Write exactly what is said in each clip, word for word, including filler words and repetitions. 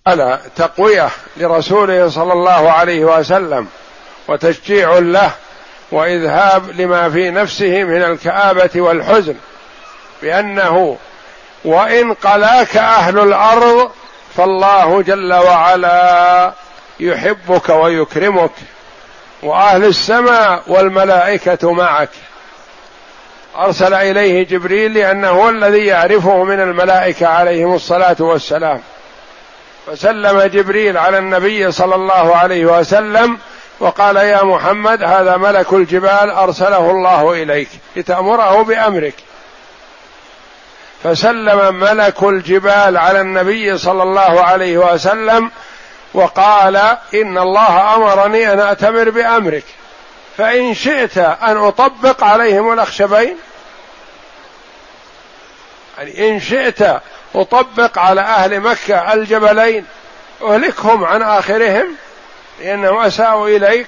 على تقوية لرسوله صلى الله عليه وسلم وتشجيع له وإذهاب لما في نفسه من الكآبة والحزن، بأنه وإن قلاك أهل الأرض فالله جل وعلا يحبك ويكرمك، وأهل السماء والملائكة معك. أرسل إليه جبريل لأنه هو الذي يعرفه من الملائكة عليهم الصلاة والسلام، فسلم جبريل على النبي صلى الله عليه وسلم وقال: يا محمد هذا ملك الجبال أرسله الله إليك لتأمره بأمرك. فسلم ملك الجبال على النبي صلى الله عليه وسلم وقال: إن الله أمرني أن أأتمر بأمرك، فإن شئت أن أطبق عليهم الأخشبين، يعني إن شئت أطبق على أهل مكة الجبلين أهلكهم عن آخرهم لأنهم أساءوا إليك.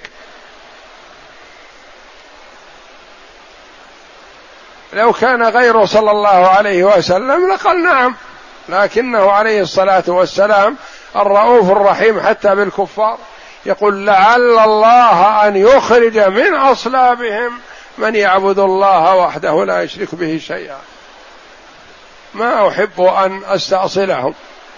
لو كان غيره صلى الله عليه وسلم لقال نعم، لكنه عليه الصلاة والسلام الرؤوف الرحيم حتى بالكفار، يقول: لعل الله أن يخرج من أصلابهم من يعبد الله وحده لا يشرك به شيئا، ما أحب أن أستأصلهم.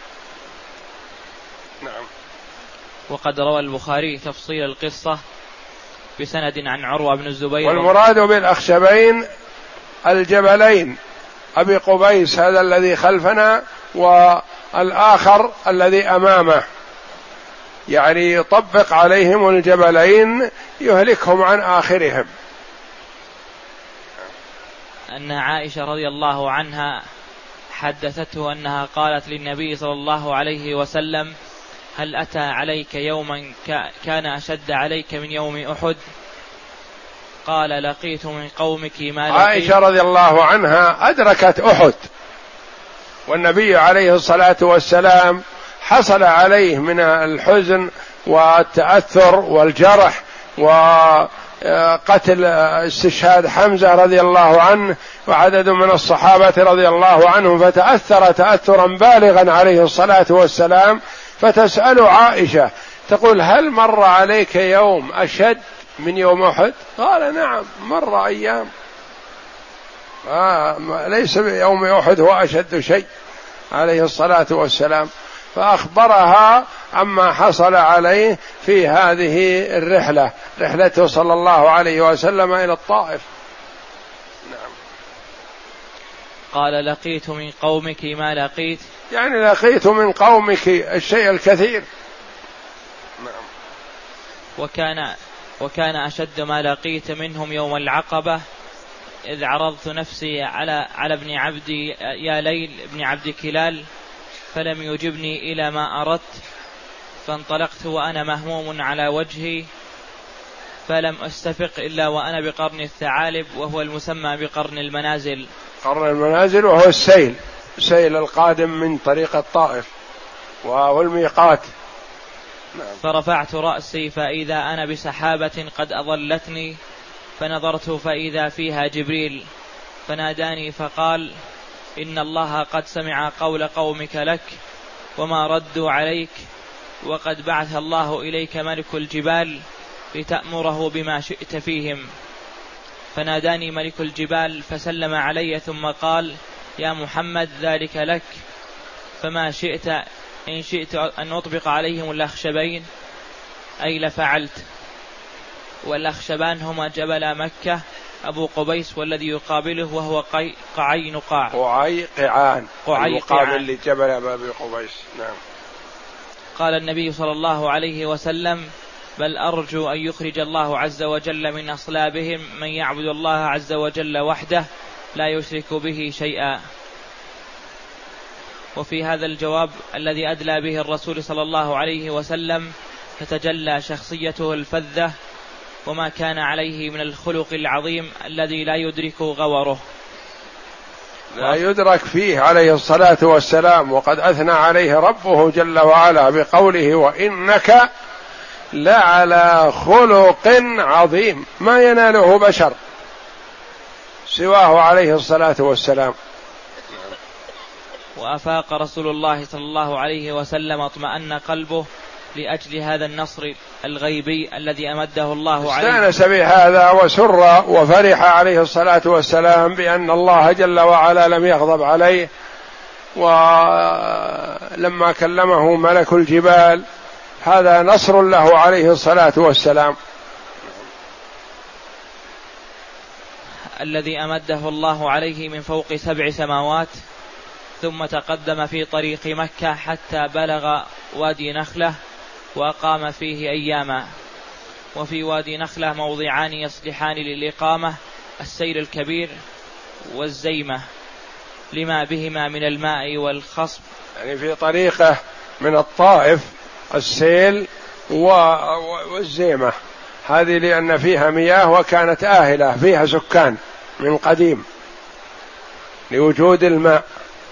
نعم. وقد روى البخاري تفصيل القصة بسند عن عروة بن الزبير. والمراد بالأخشبين الجبلين، أبي قبيس هذا الذي خلفنا والآخر الذي أمامه، يعني يطبق عليهم الجبلين يهلكهم عن آخرهم. أن عائشة رضي الله عنها حدثته أنها قالت للنبي صلى الله عليه وسلم: هل أتى عليك يوما كان أشد عليك من يوم أحد؟ قال: لقيت من قومك ما لقيت. عائشة رضي الله عنها أدركت أحد، والنبي عليه الصلاة والسلام حصل عليه من الحزن والتأثر والجرح وقتل استشهاد حمزة رضي الله عنه وعدد من الصحابة رضي الله عنهم، فتأثر تأثرا بالغا عليه الصلاة والسلام. فتسأل عائشة تقول: هل مر عليك يوم أشد من يوم أحد؟ قال: نعم، مر أيام، آه ليس بيوم أحد هو أشد شيء عليه الصلاة والسلام. فأخبرها عما حصل عليه في هذه الرحلة، رحلته صلى الله عليه وسلم إلى الطائف. نعم. قال: لقيت من قومك ما لقيت، يعني لقيت من قومك الشيء الكثير. نعم. وكان وكان أشد ما لقيت منهم يوم العقبة، إذ عرضت نفسي على على ابن عبدي يا ليل ابن عبد كلال فلم يجبني إلى ما أردت، فانطلقت وأنا مهموم على وجهي، فلم أستفق إلا وأنا بقرن الثعالب، وهو المسمى بقرن المنازل. قرن المنازل وهو السيل، سيل القادم من طريق الطائف وهو الميقات. نعم. فرفعت رأسي فإذا أنا بسحابة قد أضلتني، فنظرت فإذا فيها جبريل، فناداني فقال: إن الله قد سمع قول قومك لك وما ردوا عليك، وقد بعث الله إليك ملك الجبال لتأمره بما شئت فيهم. فناداني ملك الجبال فسلم علي ثم قال: يا محمد ذلك لك، فما شئت إن شئت أن أطبق عليهم الأخشبين أي لفعلت. والأخشبان هما جبل مكة أبو قبيس والذي يقابله وهو قعينقاع. قعيقعان المقابل لجبل أبي قبيس. نعم. قال النبي صلى الله عليه وسلم: بل أرجو أن يخرج الله عز وجل من أصلابهم من يعبد الله عز وجل وحده لا يشرك به شيئا. وفي هذا الجواب الذي أدلى به الرسول صلى الله عليه وسلم تتجلى شخصيته الفذة وما كان عليه من الخلق العظيم الذي لا يدرك غوره، لا يدرك فيه عليه الصلاة والسلام. وقد أثنى عليه ربه جل وعلا بقوله: وإنك لعلى خلق عظيم، ما يناله بشر سواه عليه الصلاة والسلام. وأفاق رسول الله صلى الله عليه وسلم اطمأن قلبه لأجل هذا النصر الغيبي الذي أمده الله عليه. استأنس بهذا وسر وفرح عليه الصلاة والسلام بأن الله جل وعلا لم يغضب عليه، ولما كلمه ملك الجبال هذا نصر له عليه الصلاة والسلام الذي أمده الله عليه من فوق سبع سماوات. ثم تقدم في طريق مكة حتى بلغ وادي نخلة وأقام فيه أياما. وفي وادي نخلة موضعان يصلحان للإقامة: السيل الكبير والزيمة لما بهما من الماء والخصب. يعني في طريقه من الطائف السيل والزيمة هذه لأن فيها مياه وكانت آهلة فيها سكان من قديم لوجود الماء.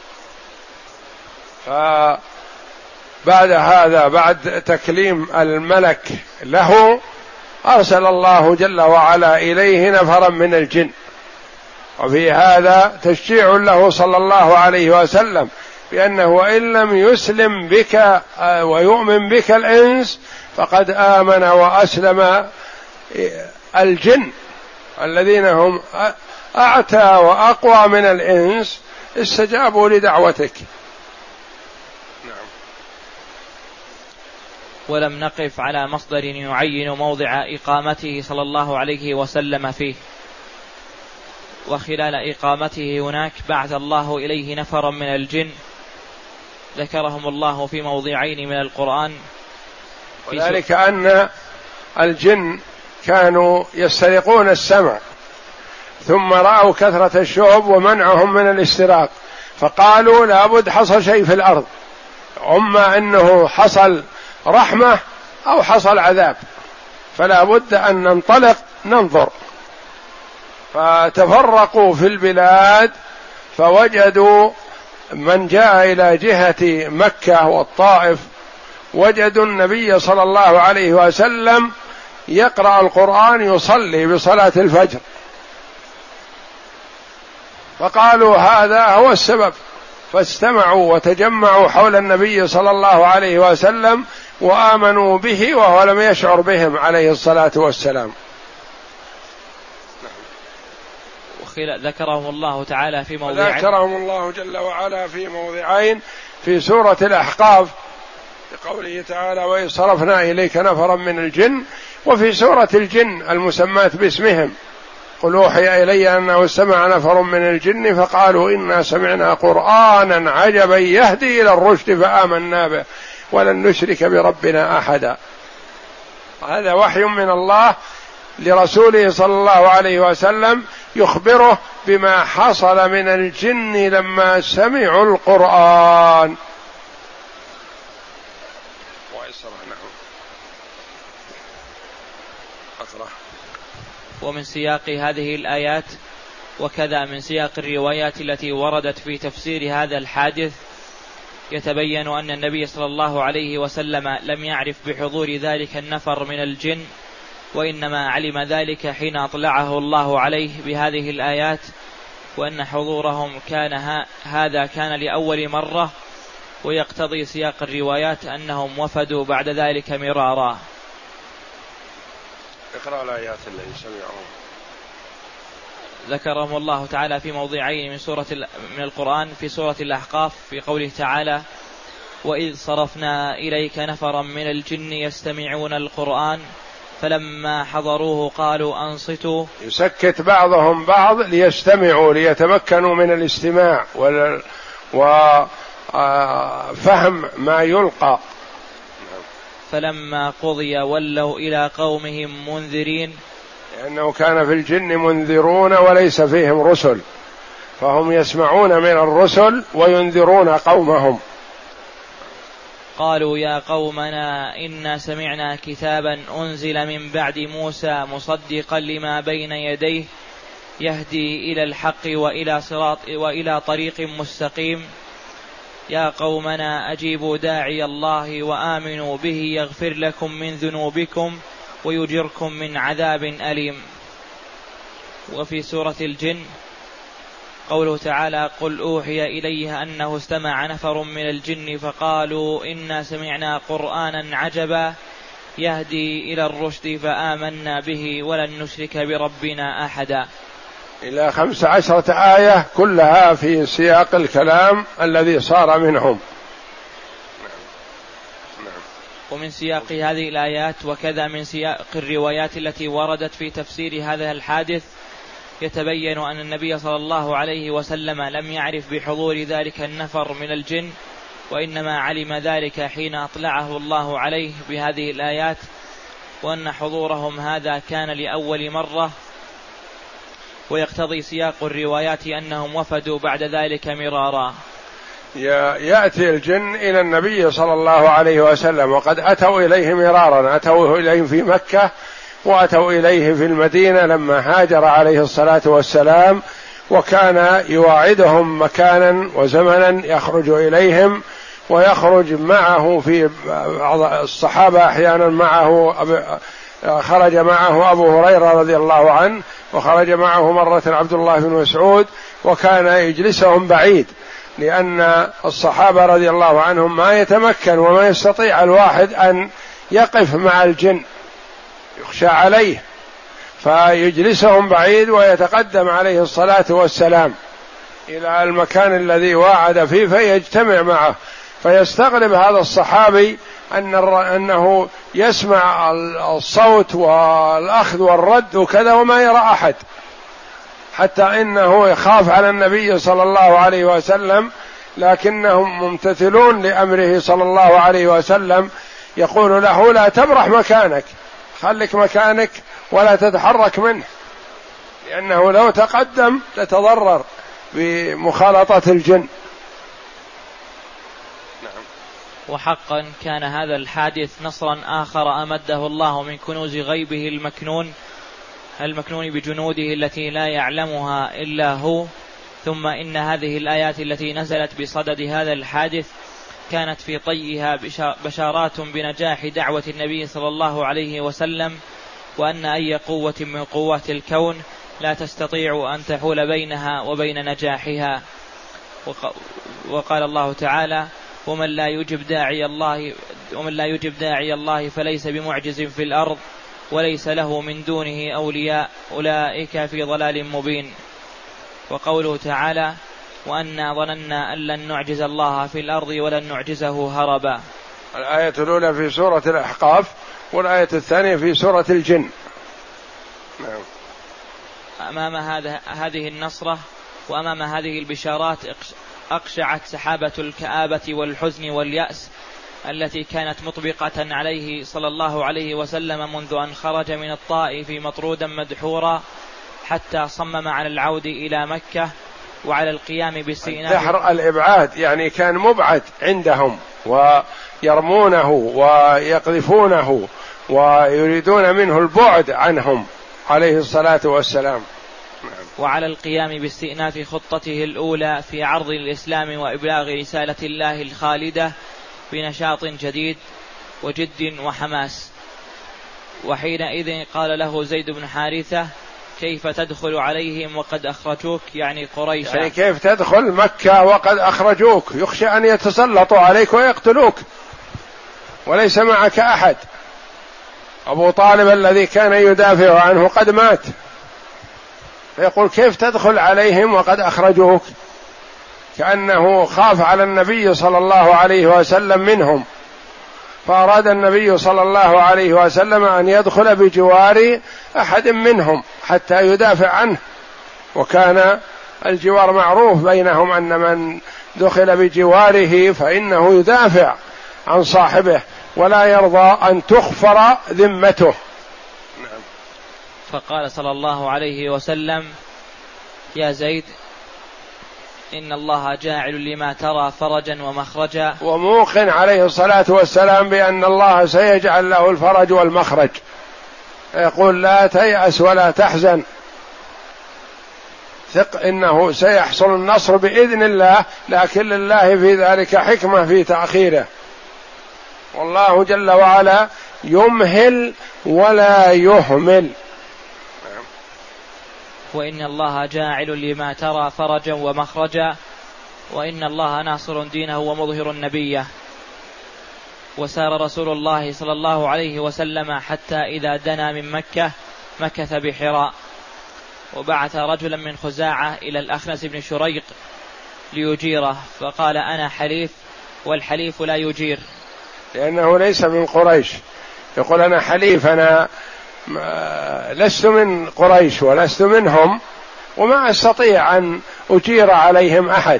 فبعد هذا بعد تكليم الملك له أرسل الله جل وعلا إليه نفرا من الجن. وفي هذا تشجيع له صلى الله عليه وسلم بأنه وإن لم يسلم بك ويؤمن بك الإنس فقد آمن وأسلم الجن الذين هم أعتى وأقوى من الإنس استجابوا لدعوتك. ولم نقف على مصدر يعين موضع إقامته صلى الله عليه وسلم فيه. وخلال إقامته هناك بعث الله إليه نفرا من الجن ذكرهم الله في موضعين من القرآن. وذلك أن الجن كانوا يسترقون السمع ثم رأوا كثرة الشهب ومنعهم من الاستراق فقالوا لابد حصل شيء في الأرض، أما أنه حصل رحمة أو حصل عذاب، فلا بد أن ننطلق ننظر. فتفرقوا في البلاد فوجدوا من جاء إلى جهة مكة والطائف وجدوا النبي صلى الله عليه وسلم يقرأ القرآن يصلي بصلاة الفجر، فقالوا هذا هو السبب، فاستمعوا وتجمعوا حول النبي صلى الله عليه وسلم وآمنوا به وهو لم يشعر بهم عليه الصلاة والسلام. ذكرهم الله تعالى في موضعين، ذكرهم الله جل وعلا في موضعين في سورة الأحقاف بقوله تعالى وإذ صرفنا إليك نفرا من الجن، وفي سورة الجن المسماة باسمهم قل أوحي إلي أنه استمع نفر من الجن فقالوا إنا سمعنا قرآنا عجبا يهدي إلى الرشد فآمنا به ولن نشرك بربنا أحدا. هذا وحي من الله لرسوله صلى الله عليه وسلم يخبره بما حصل من الجن لما سمعوا القرآن. ومن سياق هذه الآيات وكذا من سياق الروايات التي وردت في تفسير هذا الحادث يتبين أن النبي صلى الله عليه وسلم لم يعرف بحضور ذلك النفر من الجن، وإنما علم ذلك حين أطلعه الله عليه بهذه الآيات، وأن حضورهم كان هذا كان لأول مرة، ويقتضي سياق الروايات أنهم وفدوا بعد ذلك مرارا. اقرأ الآيات التي سمعوا. ذكرهم الله تعالى في موضعين من سورة من القرآن في سورة الأحقاف في قوله تعالى وإذ صرفنا إليك نفرا من الجن يستمعون القرآن فلما حضروه قالوا أنصتوا. يسكت بعضهم بعض ليستمعوا ليتمكنوا من الاستماع وفهم ما يلقى. فلما قضي ولوا إلى قومهم منذرين، لأنه كان في الجن منذرون وليس فيهم رسل، فهم يسمعون من الرسل وينذرون قومهم. قالوا يا قومنا إنا سمعنا كتابا أنزل من بعد موسى مصدقا لما بين يديه يهدي إلى الحق وإلى صراط وإلى طريق مستقيم يا قومنا أجيبوا داعي الله وآمنوا به يغفر لكم من ذنوبكم ويجركم من عذاب أليم. وفي سورة الجن قوله تعالى: قل أوحي إليه أنه استمع نفر من الجن فقالوا إنا سمعنا قرآنا عجبا يهدي إلى الرشد فآمنا به ولن نشرك بربنا أحدا. إلى خمس عشرة آية كلها في سياق الكلام الذي صار منهم. ومن سياق هذه الآيات وكذا من سياق الروايات التي وردت في تفسير هذا الحادث يتبين أن النبي صلى الله عليه وسلم لم يعرف بحضور ذلك النفر من الجن، وإنما علم ذلك حين أطلعه الله عليه بهذه الآيات، وأن حضورهم هذا كان لأول مرة، ويقتضي سياق الروايات أنهم وفدوا بعد ذلك مرارا. يأتي الجن إلى النبي صلى الله عليه وسلم وقد أتوا إليه مرارا، أتوا إليه في مكة وأتوا إليه في المدينة لما هاجر عليه الصلاة والسلام، وكان يواعدهم مكانا وزمنا يخرج إليهم، ويخرج معه في بعض الصحابة أحيانا معه خرج معه أبو هريرة رضي الله عنه، وخرج معه مرة عبد الله بن مسعود، وكان يجلسهم بعيد، لأن الصحابة رضي الله عنهم ما يتمكن وما يستطيع الواحد أن يقف مع الجن، يخشى عليه، فيجلسهم بعيد ويتقدم عليه الصلاة والسلام إلى المكان الذي واعد فيه فيجتمع معه، فيستغرب هذا الصحابي أن أنه يسمع الصوت والأخذ والرد وكذا وما يرى أحد، حتى إنه يخاف على النبي صلى الله عليه وسلم، لكنهم ممتثلون لأمره صلى الله عليه وسلم، يقول له: لا تبرح مكانك، خليك مكانك ولا تتحرك منه، لأنه لو تقدم تتضرر بمخالطة الجن. وحقا كان هذا الحادث نصرا آخر أمده الله من كنوز غيبه المكنون المكنون بجنوده التي لا يعلمها إلا هو. ثم إن هذه الآيات التي نزلت بصدد هذا الحادث كانت في طيها بشارات بنجاح دعوة النبي صلى الله عليه وسلم، وأن أي قوة من قوات الكون لا تستطيع أن تحول بينها وبين نجاحها. وقال الله تعالى: ومن لا يجب داعي الله ومن لا يجب داعي الله فليس بمعجز في الأرض وليس له من دونه أولياء أولئك في ضلال مبين. وقوله تعالى: وأنا ظننا أن لن نعجز الله في الأرض ولن نعجزه هربا. الآية الأولى في سورة الأحقاف، والآية الثانية في سورة الجن. نعم. أمام هذا هذه النصرة وأمام هذه البشارات أقشعت سحابة الكآبة والحزن واليأس التي كانت مطبقة عليه صلى الله عليه وسلم منذ أن خرج من الطائف مطرودا مدحورا، حتى صمم على العود إلى مكة وعلى القيام باستئناف دحر الإبعاد، يعني كان مبعد عندهم ويرمونه ويقذفونه ويريدون منه البعد عنهم عليه الصلاة والسلام. وعلى القيام باستئناف خطته الأولى في عرض الإسلام وإبلاغ رسالة الله الخالدة بنشاط جديد وجد وحماس. وحينئذ قال له زيد بن حارثة: كيف تدخل عليهم وقد أخرجوك، يعني قريشا، يعني كيف تدخل مكة وقد أخرجوك، يخشى أن يتسلطوا عليك ويقتلوك وليس معك أحد، أبو طالب الذي كان يدافع عنه قد مات، فيقول كيف تدخل عليهم وقد أخرجوك، كأنه خاف على النبي صلى الله عليه وسلم منهم، فأراد النبي صلى الله عليه وسلم أن يدخل بجوار أحد منهم حتى يدافع عنه، وكان الجوار معروف بينهم أن من دخل بجواره فإنه يدافع عن صاحبه ولا يرضى أن تخفر ذمته. فقال صلى الله عليه وسلم: يا زيد، إن الله جاعل لما ترى فرجا ومخرجا، وموقن عليه الصلاة والسلام بأن الله سيجعل له الفرج والمخرج، يقول: لا تيأس ولا تحزن، ثق إنه سيحصل النصر بإذن الله، لكن لله في ذلك حكمة في تأخيره، والله جل وعلا يمهل ولا يهمل. وإن الله جاعل لما ترى فرجا ومخرجا، وإن الله ناصر دينه ومظهر نبيه. وسار رسول الله صلى الله عليه وسلم حتى إذا دنا من مكة مكث بحراء، وبعث رجلا من خزاعة إلى الأخنس بن شريق ليجيره، فقال أنا حليف، والحليف لا يجير، لأنه ليس من قريش. يقول أنا حليف، أنا لست من قريش ولست منهم، وما أستطيع أن أجير عليهم أحد.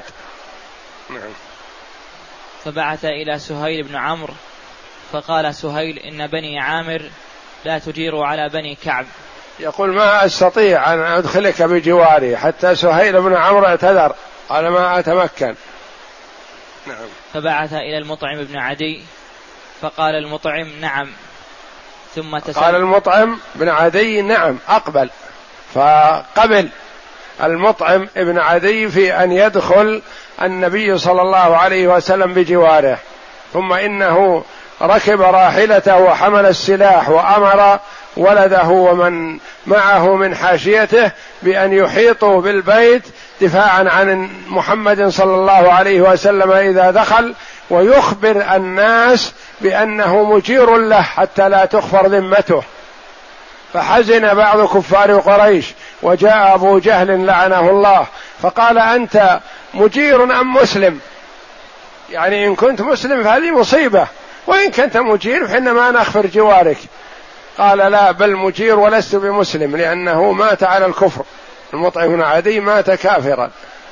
فبعث إلى سهيل بن عمرو فقال سهيل إن بني عامر لا تجير على بني كعب. يقول ما أستطيع أن أدخلك بجواري، حتى سهيل بن عمرو اعتذر على ما أتمكن. نعم. فبعث إلى المطعم بن عدي فقال المطعم نعم، ثم تسلم. قال المطعم بن عدي نعم أقبل، فقبل المطعم بن عدي في أن يدخل النبي صلى الله عليه وسلم بجواره. ثم إنه ركب راحلته وحمل السلاح وأمر ولده ومن معه من حاشيته بأن يحيطوا بالبيت دفاعا عن محمد صلى الله عليه وسلم إذا دخل، ويخبر الناس بأنه مجير له حتى لا تخفر ذمته. فحزن بعض كفار قريش، وجاء أبو جهل لعنه الله فقال أنت مجير أم مسلم؟ يعني إن كنت مسلم فهذه مصيبة، وإن كنت مجير فإنما نغفر جوارك. قال لا، بل مجير ولست بمسلم، لأنه مات على الكفر. المطعم بن عدي مات كافرا.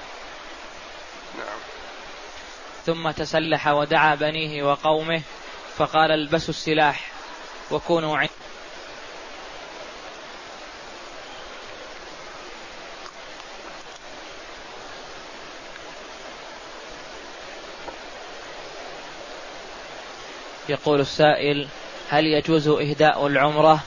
ثم تسلح ودعا بنيه وقومه فقال البسوا السلاح وكونوا عند. يقول السائل هل يجوز إهداء العمرة؟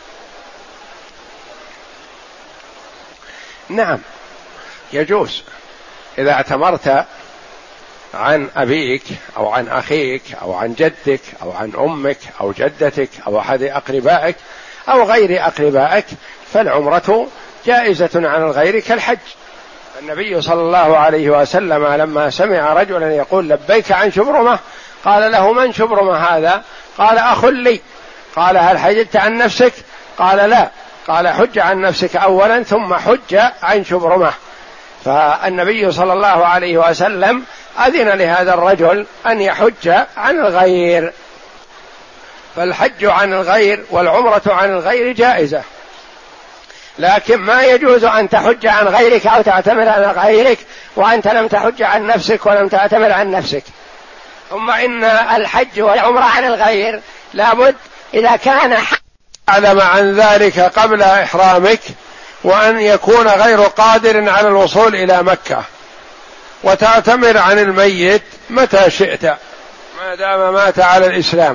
نعم يجوز، إذا اعتمرت عن أبيك أو عن أخيك أو عن جدك أو عن أمك أو جدتك أو أحد أقربائك أو غير أقربائك فالعمرة جائزة عن الغير كالحج. النبي صلى الله عليه وسلم لما سمع رجلا يقول لبيك عن شبرمة قال له من شبرمة هذا؟ قال أخ لي. قال هل حججت عن نفسك؟ قال لا. قال حج عن نفسك أولا ثم حج عن شبرمة. فالنبي صلى الله عليه وسلم أذن لهذا الرجل أن يحج عن الغير، فالحج عن الغير والعمرة عن الغير جائزة، لكن ما يجوز أن تحج عن غيرك أو تعتمر عن غيرك وأنت لم تحج عن نفسك ولم تعتمر عن نفسك. ثم إن الحج والعمرة عن الغير لابد إذا كان أعلم عن ذلك قبل إحرامك، وأن يكون غير قادر على الوصول إلى مكة، وتعتمر عن الميت متى شئت ما دام مات على الإسلام.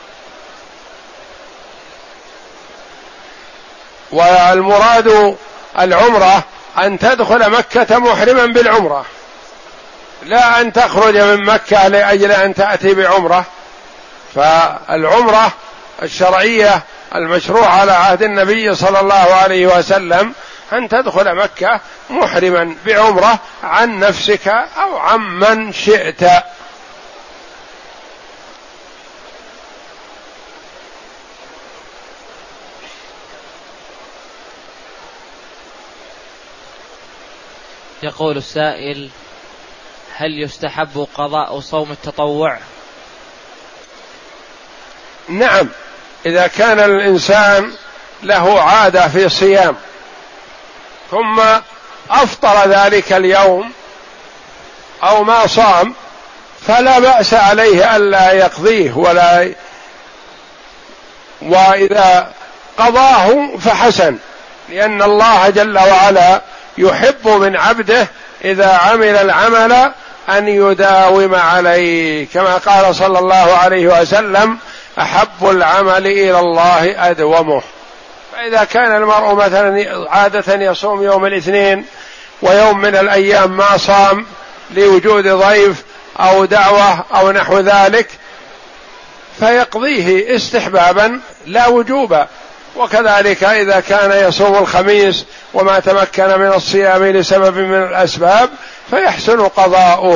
والمراد العمرة أن تدخل مكة محرما بالعمرة، لا أن تخرج من مكة لأجل أن تأتي بعمرة. فالعمرة الشرعية المشروع على عهد النبي صلى الله عليه وسلم أن تدخل مكة محرما بعمرة عن نفسك أو عن من شئت. يقول السائل هل يستحب قضاء صوم التطوع؟ نعم، إذا كان الإنسان له عادة في صيام ثم أفطر ذلك اليوم أو ما صام فلا بأس عليه ألا يقضيه، ولا وإذا قضاه فحسن، لأن الله جل وعلا يحب من عبده إذا عمل العمل أن يداوم عليه، كما قال صلى الله عليه وسلم أحب العمل إلى الله أدومه. فإذا كان المرء مثلا عادة يصوم يوم الاثنين ويوم من الأيام ما صام لوجود ضيف أو دعوة أو نحو ذلك فيقضيه استحبابا لا وجوبا، وكذلك إذا كان يصوم الخميس وما تمكن من الصيام لسبب من الأسباب فيحسن قضاؤه.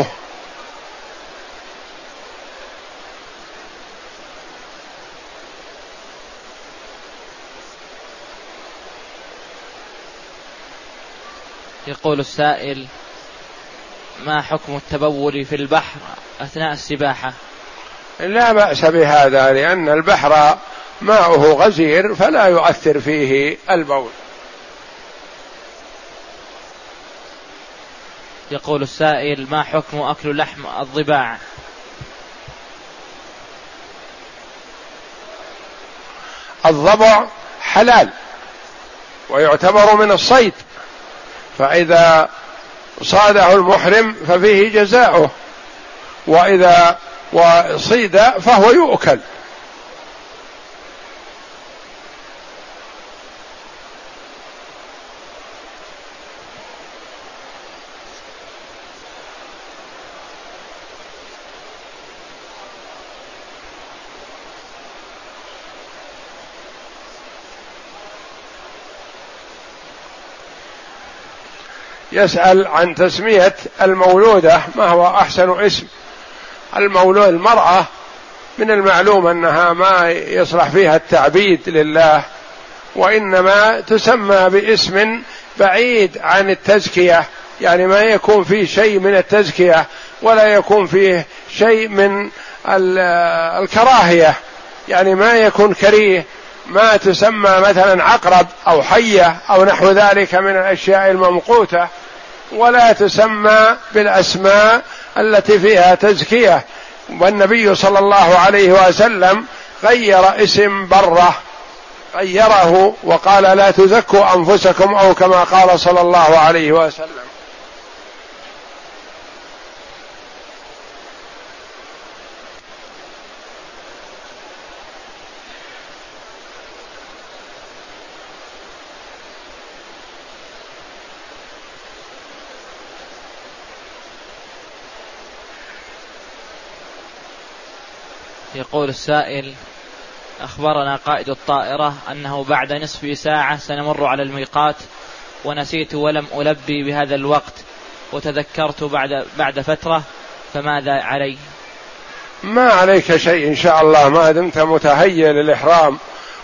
يقول السائل: ما حكم التبول في البحر أثناء السباحة؟ لا بأس بهذا، لأن البحر ماؤه غزير فلا يؤثر فيه البول. يقول السائل: ما حكم أكل لحم الضباع؟ الضبع حلال ويعتبر من الصيد، فإذا صاده المحرم ففيه جزاؤه، وإذا وصيد فهو يؤكل. يسأل عن تسمية المولودة، ما هو أحسن اسم؟ المولود المرأة من المعلوم أنها ما يصلح فيها التعبيد لله، وإنما تسمى باسم بعيد عن التزكية، يعني ما يكون فيه شيء من التزكية ولا يكون فيه شيء من الكراهية، يعني ما يكون كريه، ما تسمى مثلا عقرب أو حية أو نحو ذلك من الأشياء الممقوتة، ولا تسمى بالأسماء التي فيها تزكية. والنبي صلى الله عليه وسلم غير اسم برة، غيره وقال: لا تزكوا أنفسكم، أو كما قال صلى الله عليه وسلم. يقول السائل: أخبرنا قائد الطائرة أنه بعد نصف ساعة سنمر على الميقات، ونسيت ولم ألبي بهذا الوقت، وتذكرت بعد بعد فترة، فماذا علي؟ ما عليك شيء إن شاء الله، ما دمت متهيئ للإحرام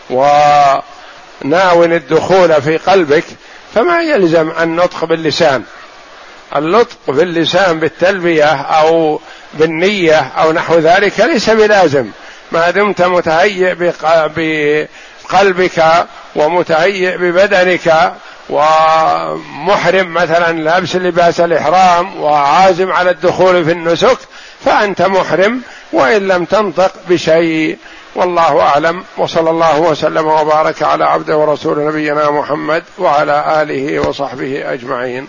وناوي الدخول في قلبك، فما يلزم النطق باللسان. النطق باللسان بالتلبية أو بالنية أو نحو ذلك ليس بلازم، ما دمت متهيئ بقلبك ومتهيئ ببدنك ومحرم مثلا لابس لباس الإحرام وعازم على الدخول في النسك، فأنت محرم وإن لم تنطق بشيء. والله أعلم، وصلى الله وسلم وبارك على عبده ورسول نبينا محمد وعلى آله وصحبه أجمعين.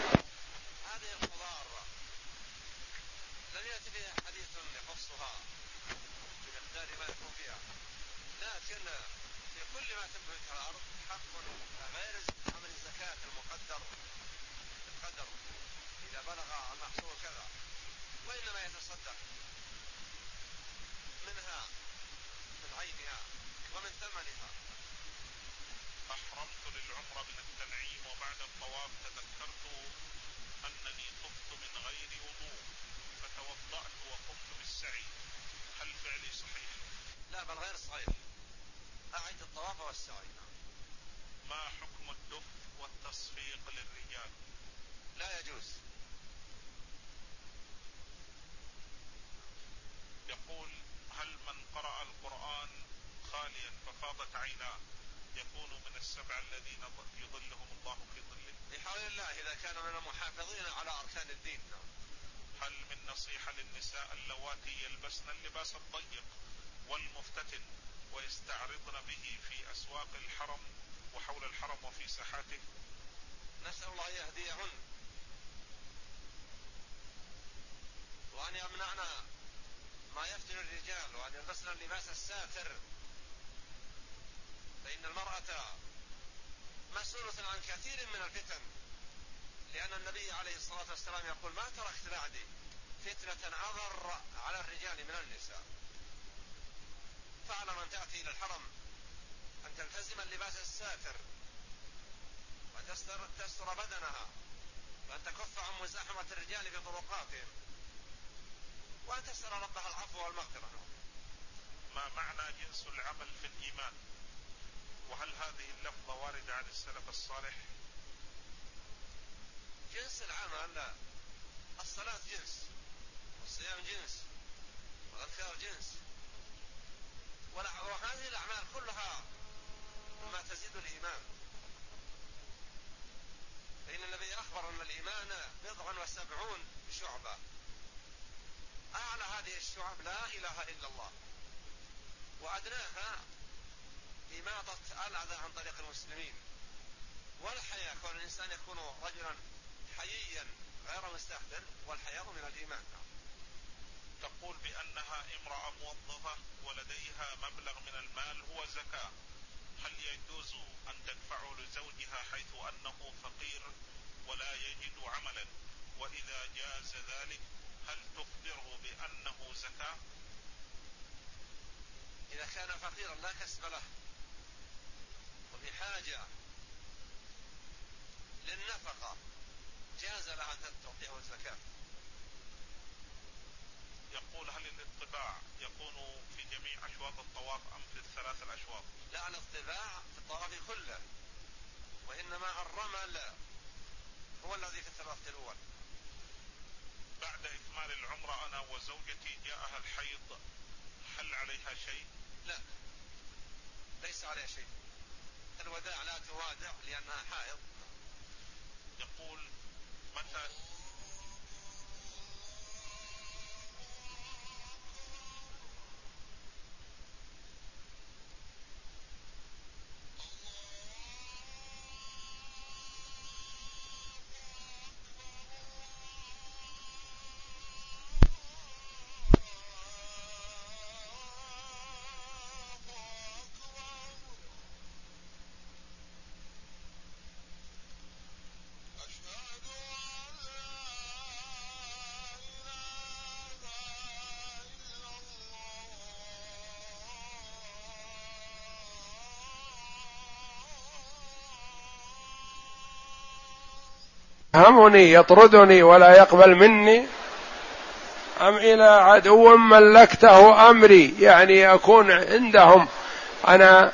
فعلى من تأتي إلى الحرم أن تلتزم اللباس الساتر وتستر تستر بدنها، وأن تكف عن مزاحمة الرجال في طرقاتهم، وأن تسأل ربها العفو والمغفرة. ما معنى جنس العمل في الإيمان؟ وهل هذه اللفظة واردة عن السلف الصالح؟ جنس العمل، لا، الصلاة جنس، والصيام جنس، والأذكار جنس، وهذه الأعمال كلها مما تزيد الإيمان. فإن النبي أخبر أن الإيمان بضع وسبعون شعبة، أعلى هذه الشعب لا إله إلا الله، وأدناها إماطة الأذى عن طريق المسلمين، والحياء، كون الإنسان يكون رجلا حييا غير مستهتر، والحياء من الإيمان. تقول بأنها امرأة موظفة ولديها مبلغ من المال هو زكاة، هل يجوز أن تدفعه لزوجها حيث أنه فقير ولا يجد عملا؟ وإذا جاز ذلك هل تخبره بأنه زكاة؟ إذا كان فقيرا لا كسب له وبحاجة للنفقة جاز لها أن تعطيه الزكاة. يقول هل الاطباع يكون في جميع أشواط الطواف أم في الثلاث الأشواط؟ لا، الاطباع في الطواف كله، وإنما الرمل هو الذي في الثلاث الأول. بعد إكمال العمرة أنا وزوجتي جاءها الحيض، هل عليها شيء؟ لا، ليس عليها شيء. الوداع لا توادع لأنها حائض. يقول متى همني يطردني ولا يقبل مني، أم إلى عدو ملكته أمري، يعني أكون عندهم أنا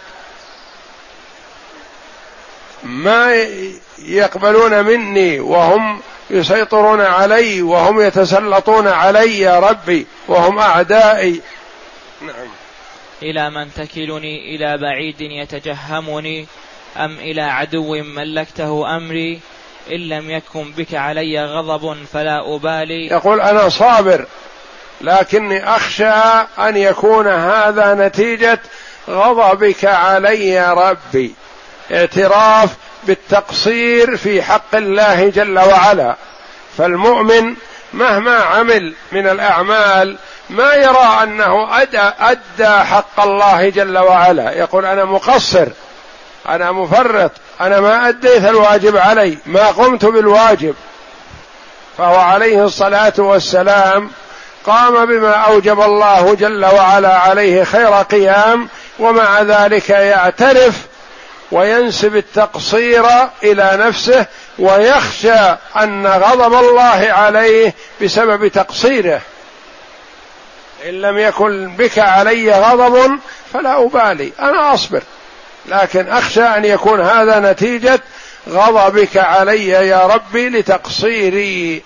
ما يقبلون مني وهم يسيطرون علي وهم يتسلطون علي يا ربي وهم أعدائي. نعم. إلى من تكلني؟ إلى بعيد يتجهمني أم إلى عدو ملكته أمري؟ إن لم يكن بك علي غضب فلا أبالي. يقول أنا صابر، لكني أخشى أن يكون هذا نتيجة غضبك علي يا ربي، اعتراف بالتقصير في حق الله جل وعلا. فالمؤمن مهما عمل من الأعمال ما يرى أنه أدى, أدى حق الله جل وعلا، يقول أنا مقصر، أنا مفرط، أنا ما أديت الواجب علي، ما قمت بالواجب. فهو عليه الصلاة والسلام قام بما أوجب الله جل وعلا عليه خير قيام، ومع ذلك يعترف وينسب التقصير إلى نفسه ويخشى أن غضب الله عليه بسبب تقصيره. إن لم يكن بك علي غضب فلا أبالي، أنا أصبر، لكن أخشى أن يكون هذا نتيجة غضبك علي يا ربي لتقصيري.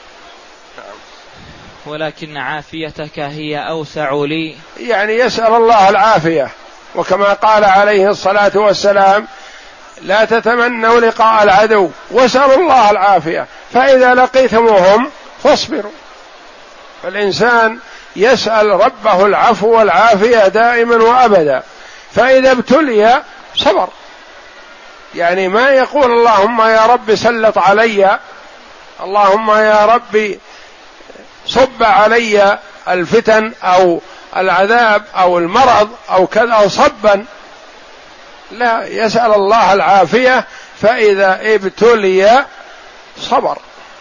ولكن عافيتك هي أوسع لي، يعني يسأل الله العافية، وكما قال عليه الصلاة والسلام لا تتمنوا لقاء العدو واسألوا الله العافية، فإذا لقيتموهم فاصبروا. فالإنسان يسأل ربه العفو والعافية دائما وأبدا، فإذا ابتلي صبر، يعني ما يقول اللهم يا رب سلط علي، اللهم يا رب صب علي الفتن أو العذاب أو المرض أو كذا أو صبا، لا، يسأل الله العافية، فإذا ابتلي صبر.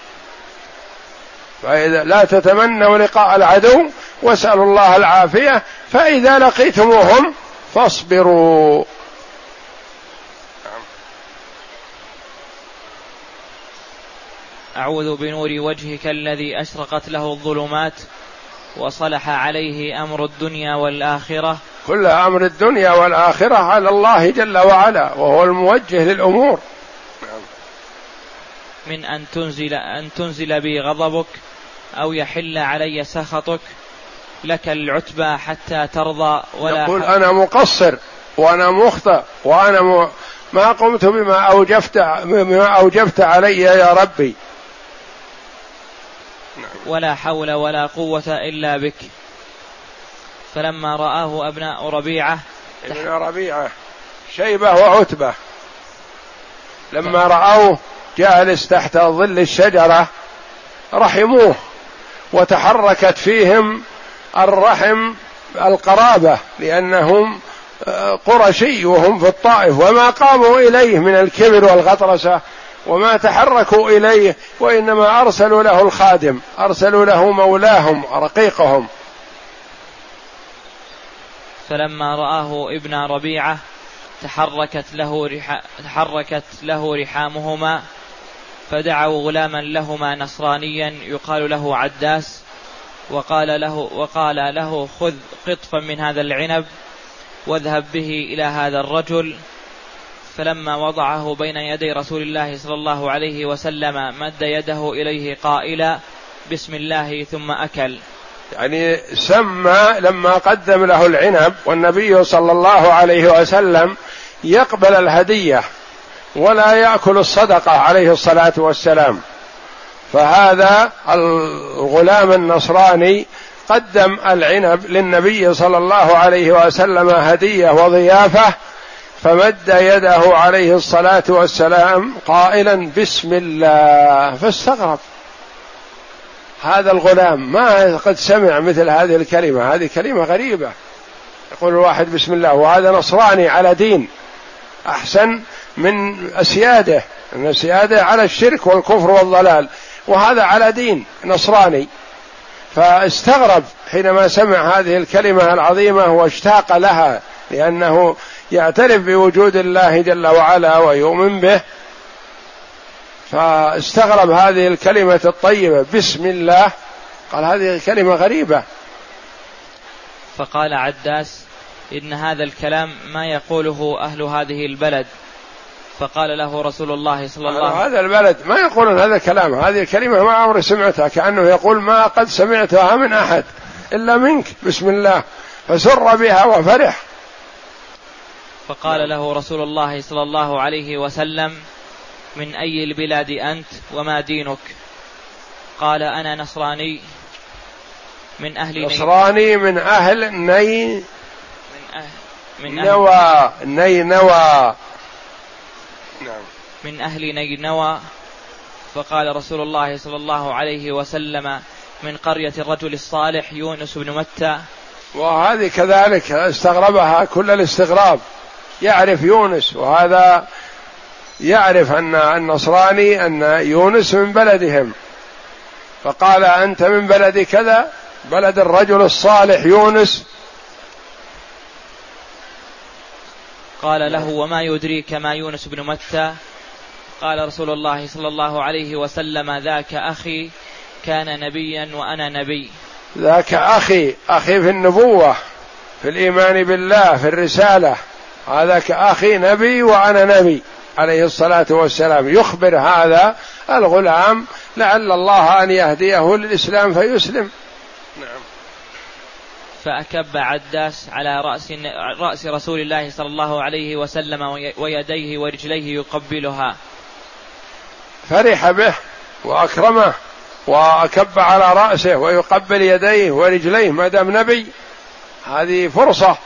فإذا لا تتمنوا لقاء العدو واسألوا الله العافية، فإذا لقيتموهم فاصبروا. أعوذ بنور وجهك الذي أشرقت له الظلمات وصلح عليه أمر الدنيا والآخرة. كل أمر الدنيا والآخرة على الله جل وعلا، وهو الموجه للأمور. من أن تنزل, أن تنزل بي غضبك أو يحل علي سخطك، لك العتبى حتى ترضى. ولا يقول أنا مقصر وأنا مخطئ وأنا م... ما قمت بما أوجبت, بما أوجبت علي يا ربي. ولا حول ولا قوة إلا بك. فلما رآه أبناء ربيعة ابن ربيعة شيبة وعتبة لما رأوه جالس تحت ظل الشجرة رحموه، وتحركت فيهم الرحم القرابة، لأنهم قرشي وهم في الطائف، وما قاموا إليه من الكبر والغطرسة وما تحركوا إليه، وإنما أرسلوا له الخادم، أرسلوا له مولاهم رقيقهم. فلما رآه ابن ربيعة تحركت له, رح... تحركت له رحامهما، فدعوا غلاما لهما نصرانيا يقال له عداس، وقال له, وقال له خذ قطفا من هذا العنب واذهب به إلى هذا الرجل. فلما وضعه بين يدي رسول الله صلى الله عليه وسلم مد يده إليه قائلا بسم الله ثم أكل. يعني سمى لما قدم له العنب، والنبي صلى الله عليه وسلم يقبل الهدية ولا يأكل الصدقة عليه الصلاة والسلام، فهذا الغلام النصراني قدم العنب للنبي صلى الله عليه وسلم هدية وضيافة، فمد يده عليه الصلاة والسلام قائلا بسم الله، فاستغرب هذا الغلام، ما قد سمع مثل هذه الكلمة، هذه كلمة غريبة، يقول الواحد بسم الله وهذا نصراني على دين أحسن من أسياده، أن أسياده على الشرك والكفر والضلال، وهذا على دين نصراني. فاستغرب حينما سمع هذه الكلمة العظيمة واشتاق لها، لأنه يعترف بوجود الله جل وعلا ويؤمن به، فاستغرب هذه الكلمة الطيبة بسم الله، قال هذه كلمة غريبة. فقال عداس إن هذا الكلام ما يقوله أهل هذه البلد. فقال له رسول الله صلى الله عليه وسلم هذا البلد ما يقولون هذا الكلام، هذه الكلمة ما عمري سمعتها، كأنه يقول ما قد سمعتها من أحد إلا منك بسم الله، فسر بها وفرح. فقال له رسول الله صلى الله عليه وسلم من أي البلاد أنت وما دينك؟ قال أنا نصراني من أهل نصراني من أهل ني من أهل من أهل نوى ني نوى نعم من أهل نينوى. فقال رسول الله صلى الله عليه وسلم من قرية الرجل الصالح يونس بن متى. وهذه كذلك استغربها كل الاستغراب، يعرف يونس، وهذا يعرف أن النصراني أن يونس من بلدهم، فقال أنت من بلد كذا، بلد الرجل الصالح يونس. قال له وما يدريك ما يونس بن متى؟ قال رسول الله صلى الله عليه وسلم ذاك أخي كان نبيا وأنا نبي. ذاك أخي، أخي في النبوة، في الإيمان بالله، في الرسالة، هذا كأخي نبي وأنا نبي عليه الصلاة والسلام. يخبر هذا الغلام لعل الله أن يهديه للإسلام فيسلم. نعم. فأكب عداس على رأس, رأس رسول الله صلى الله عليه وسلم ويديه ورجليه يقبلها، فرح به وأكرمه وأكب على رأسه ويقبل يديه ورجليه ما دام نبي. هذه فرصة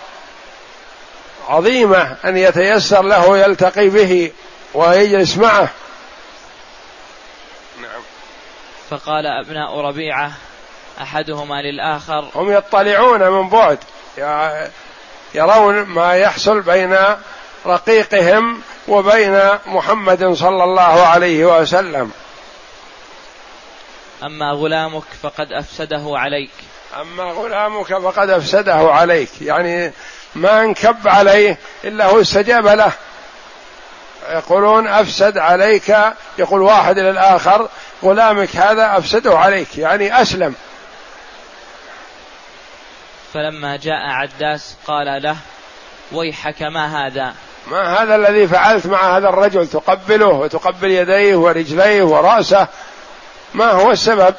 عظيمة أن يتيسر له يلتقي به ويجلس معه. نعم. فقال أبناء ربيعة أحدهما للآخر، هم يطلعون من بعد يرون ما يحصل بين رقيقهم وبين محمد صلى الله عليه وسلم. أما غلامك فقد أفسده عليك. أما غلامك فقد أفسده عليك، يعني ما انكب عليه إلا هو استجاب له. يقولون أفسد عليك، يقول واحد للآخر غلامك هذا أفسده عليك، يعني أسلم. فلما جاء عداس قال له: ويحك ما هذا؟ ما هذا الذي فعلت مع هذا الرجل؟ تقبله وتقبل يديه ورجليه ورأسه، ما هو السبب؟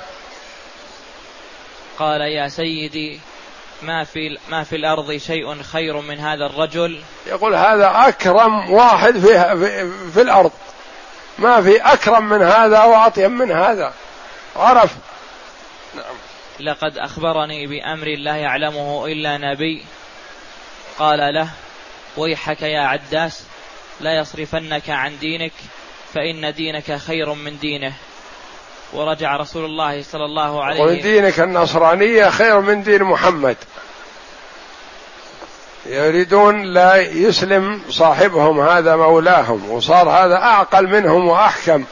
قال: يا سيدي، ما في ما في الأرض شيء خير من هذا الرجل. يقول هذا أكرم واحد في, في, في الأرض، ما في أكرم من هذا وأطيب من هذا، عرف. نعم. لقد أخبرني بأمر لا يعلمه إلا نبي. قال له: ويحك يا عداس، لا يصرفنك عن دينك، فإن دينك خير من دينه. ورجع رسول الله صلى الله عليه وسلم: ودينك النصرانية خير من دين محمد. يريدون لا يسلم صاحبهم، هذا مولاهم، وصار هذا أعقل منهم وأحكم.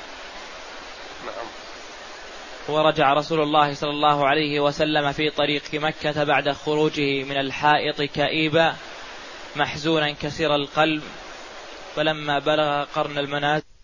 ورجع رسول الله صلى الله عليه وسلم في طريق مكة بعد خروجه من الحائط كئيبا محزونا كسر القلب. فلما بلغ قرن المنازل